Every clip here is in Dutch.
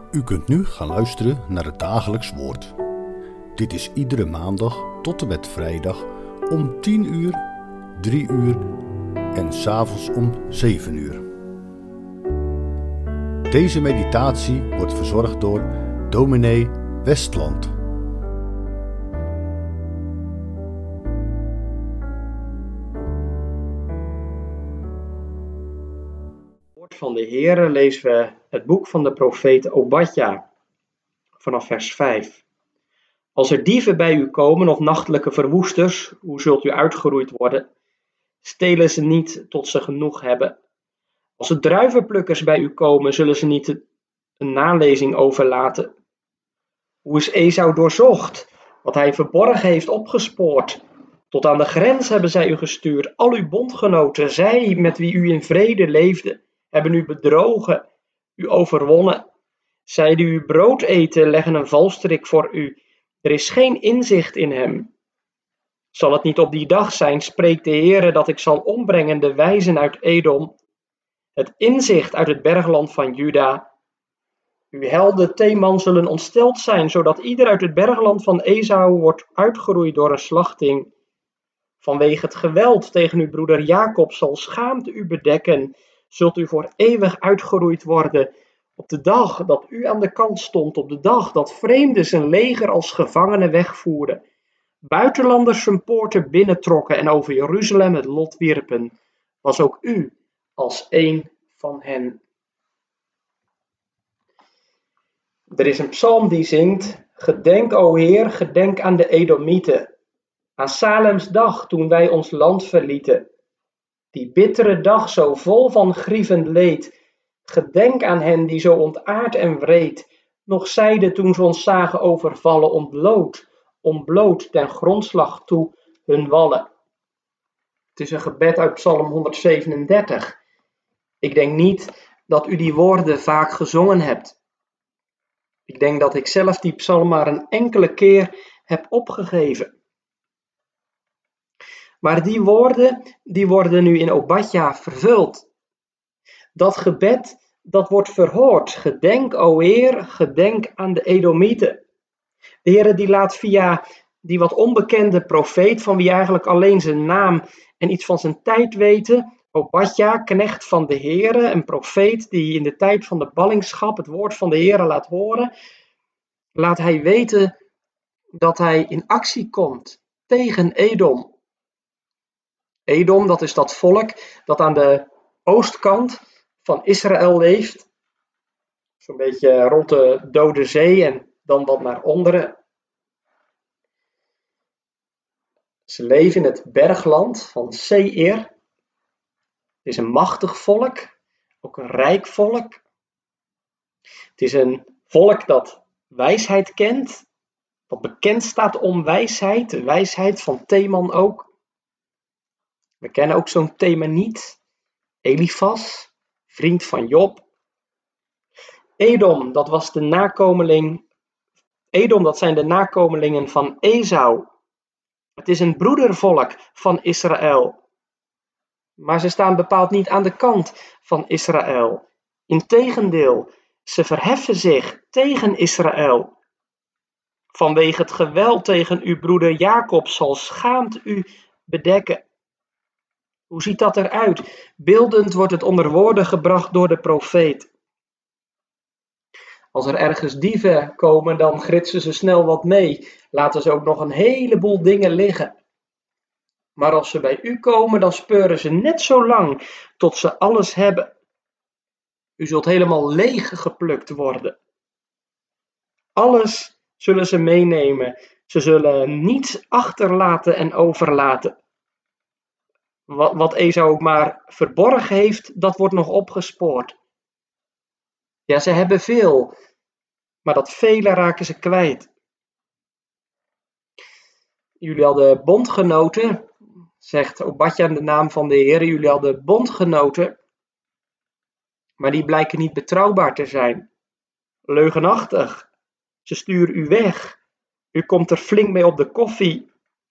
U kunt nu gaan luisteren naar het dagelijks woord. Dit is iedere maandag tot en met vrijdag om 10 uur, 3 uur en 's avonds om 7 uur. Deze meditatie wordt verzorgd door dominee Westland. Van de Heere lezen we het boek van de profeet Obadja vanaf vers 5. Als er dieven bij u komen of nachtelijke verwoesters, hoe zult u uitgeroeid worden? Stelen ze niet tot ze genoeg hebben. Als er druivenplukkers bij u komen, zullen ze niet een nalezing overlaten. Hoe is Esau doorzocht, wat hij verborgen heeft opgespoord? Tot aan de grens hebben zij u gestuurd, al uw bondgenoten, zij met wie u in vrede leefde, hebben u bedrogen, u overwonnen. Zij die uw brood eten, leggen een valstrik voor u. Er is geen inzicht in hem. Zal het niet op die dag zijn, spreekt de Heere, dat ik zal ombrengen de wijzen uit Edom, het inzicht uit het bergland van Juda. Uw helden Teman zullen ontsteld zijn, zodat ieder uit het bergland van Esau wordt uitgeroeid door een slachting. Vanwege het geweld tegen uw broeder Jacob zal schaamte u bedekken, zult u voor eeuwig uitgeroeid worden. Op de dag dat u aan de kant stond, op de dag dat vreemden zijn leger als gevangenen wegvoerden, buitenlanders zijn poorten binnentrokken en over Jeruzalem het lot wierpen, was ook u als een van hen. Er is een psalm die zingt: Gedenk, o Heer, gedenk aan de Edomieten, aan Salems dag toen wij ons land verlieten. Die bittere dag zo vol van grievend leed. Gedenk aan hen die zo ontaard en wreed nog zeiden toen ze ons zagen overvallen, ontbloot ten grondslag toe hun wallen. Het is een gebed uit Psalm 137. Ik denk niet dat u die woorden vaak gezongen hebt. Ik denk dat ik zelf die psalm maar een enkele keer heb opgegeven. Maar die worden nu in Obadja vervuld. Dat gebed, dat wordt verhoord. Gedenk, o Heer, gedenk aan de Edomieten. De Heere die laat via die wat onbekende profeet, van wie eigenlijk alleen zijn naam en iets van zijn tijd weten, Obadja, knecht van de Heere, een profeet die in de tijd van de ballingschap het woord van de Heere laat horen, laat hij weten dat hij in actie komt tegen Edom. Edom, dat is dat volk dat aan de oostkant van Israël leeft. Zo'n beetje rond de Dode Zee en dan wat naar onderen. Ze leven in het bergland van Seir. Het is een machtig volk, ook een rijk volk. Het is een volk dat wijsheid kent, dat bekend staat om wijsheid, de wijsheid van Teman ook. We kennen ook zo'n Temaniet, Elifas, vriend van Job. Edom, dat zijn de nakomelingen van Esau. Het is een broedervolk van Israël. Maar ze staan bepaald niet aan de kant van Israël. Integendeel, ze verheffen zich tegen Israël. Vanwege het geweld tegen uw broeder Jacob zal schaamte u bedekken. Hoe ziet dat eruit? Beeldend wordt het onder woorden gebracht door de profeet. Als er ergens dieven komen, dan gritsen ze snel wat mee. Laten ze ook nog een heleboel dingen liggen. Maar als ze bij u komen, dan speuren ze net zo lang tot ze alles hebben. U zult helemaal leeg geplukt worden. Alles zullen ze meenemen. Ze zullen niets achterlaten en overlaten. Wat Esau ook maar verborgen heeft, dat wordt nog opgespoord. Ja, ze hebben veel, maar dat vele raken ze kwijt. Jullie hadden bondgenoten, zegt Obadja in de naam van de Heer, jullie hadden bondgenoten, maar die blijken niet betrouwbaar te zijn. Leugenachtig, ze sturen u weg, u komt er flink mee op de koffie.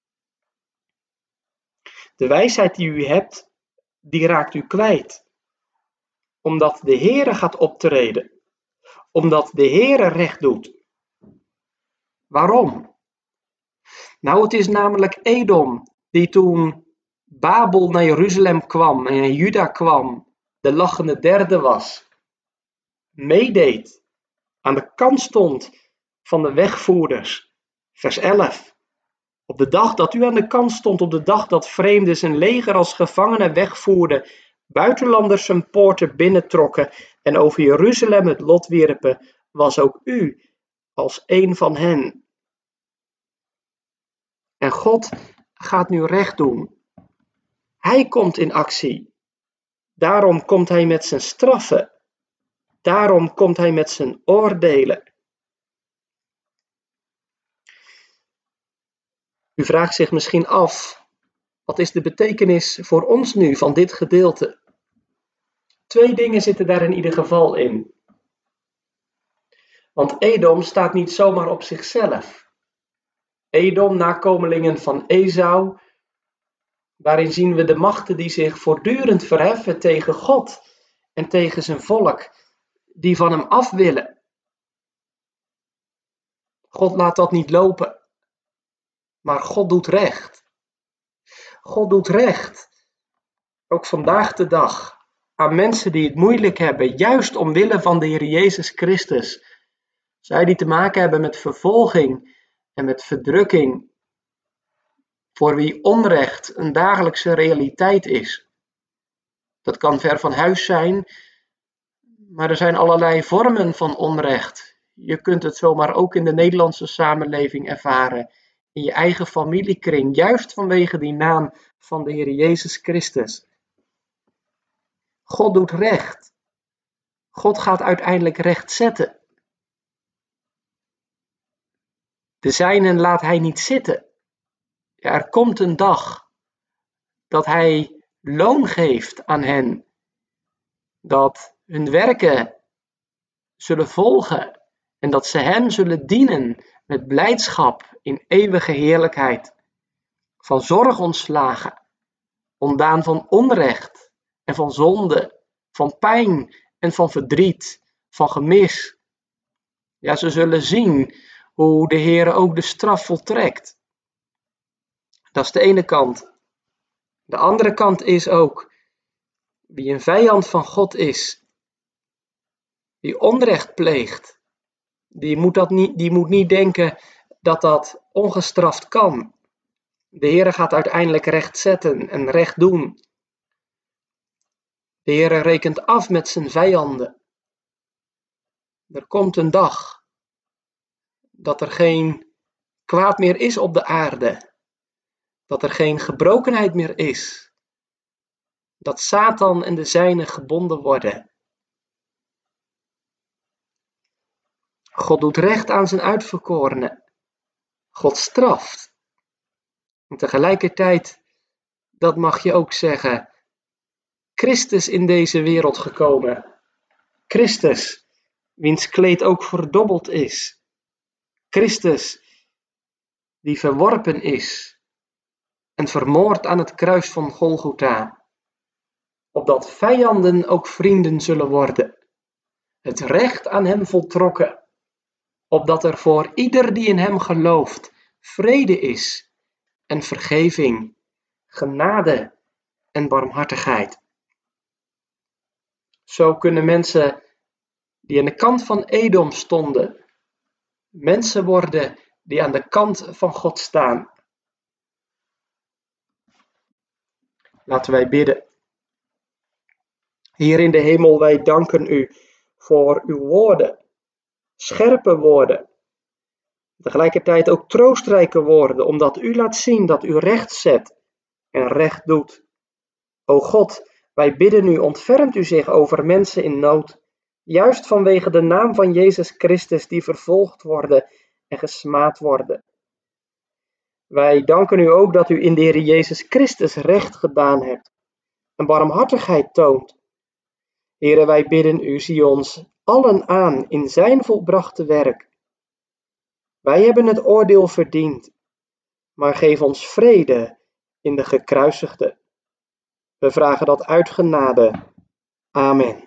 De wijsheid die u hebt, die raakt u kwijt. Omdat de Heere gaat optreden. omdat de Heere recht doet. Waarom? Nou, het is namelijk Edom die toen Babel naar Jeruzalem kwam en Juda kwam, de lachende derde was, meedeed, aan de kant stond van de wegvoerders. Vers 11. Op de dag dat u aan de kant stond, op de dag dat vreemden zijn leger als gevangenen wegvoerden, buitenlanders zijn poorten binnentrokken en over Jeruzalem het lot wierpen, was ook u als een van hen. En God gaat nu recht doen. Hij komt in actie. Daarom komt hij met zijn straffen. Daarom komt hij met zijn oordelen. U vraagt zich misschien af, wat is de betekenis voor ons nu van dit gedeelte? 2 dingen zitten daar in ieder geval in. Want Edom staat niet zomaar op zichzelf. Edom, nakomelingen van Esau, daarin zien we de machten die zich voortdurend verheffen tegen God en tegen zijn volk, die van hem af willen. God laat dat niet lopen, maar God doet recht. God doet recht, ook vandaag de dag, aan mensen die het moeilijk hebben, juist omwille van de Heer Jezus Christus. Zij die te maken hebben met vervolging en met verdrukking, voor wie onrecht een dagelijkse realiteit is. Dat kan ver van huis zijn, maar er zijn allerlei vormen van onrecht. Je kunt het zomaar ook in de Nederlandse samenleving ervaren, in je eigen familiekring, juist vanwege die naam van de Heer Jezus Christus. God doet recht. God gaat uiteindelijk recht zetten. De zijnen laat hij niet zitten. Ja, er komt een dag dat hij loon geeft aan hen, dat hun werken zullen volgen en dat ze hem zullen dienen met blijdschap in eeuwige heerlijkheid, van zorg ontslagen, ontdaan van onrecht en van zonde, van pijn en van verdriet, van gemis. Ja, ze zullen zien hoe de Heere ook de straf voltrekt. Dat is de ene kant. De andere kant is ook, wie een vijand van God is, die onrecht pleegt, die moet niet denken dat dat ongestraft kan. De Heere gaat uiteindelijk recht zetten en recht doen. De Heere rekent af met zijn vijanden. Er komt een dag dat er geen kwaad meer is op de aarde. Dat er geen gebrokenheid meer is. Dat Satan en de zijnen gebonden worden. God doet recht aan zijn uitverkorenen. God straft. En tegelijkertijd, dat mag je ook zeggen, Christus in deze wereld gekomen. Christus, wiens kleed ook verdobbeld is. Christus, die verworpen is en vermoord aan het kruis van Golgotha, opdat vijanden ook vrienden zullen worden. Het recht aan hem voltrokken, opdat er voor ieder die in hem gelooft vrede is en vergeving, genade en barmhartigheid. Zo kunnen mensen die aan de kant van Edom stonden, mensen worden die aan de kant van God staan. Laten wij bidden. Heer in de hemel, wij danken u voor uw woorden, scherpe woorden, tegelijkertijd ook troostrijke woorden, omdat u laat zien dat u recht zet en recht doet. O God, wij bidden u, ontfermt u zich over mensen in nood, juist vanwege de naam van Jezus Christus die vervolgd worden en gesmaad worden. Wij danken u ook dat u in de Heer Jezus Christus recht gedaan hebt en barmhartigheid toont. Heere, wij bidden u, zie ons allen aan in zijn volbrachte werk. Wij hebben het oordeel verdiend, maar geef ons vrede in de gekruisigde. We vragen dat uit genade. Amen.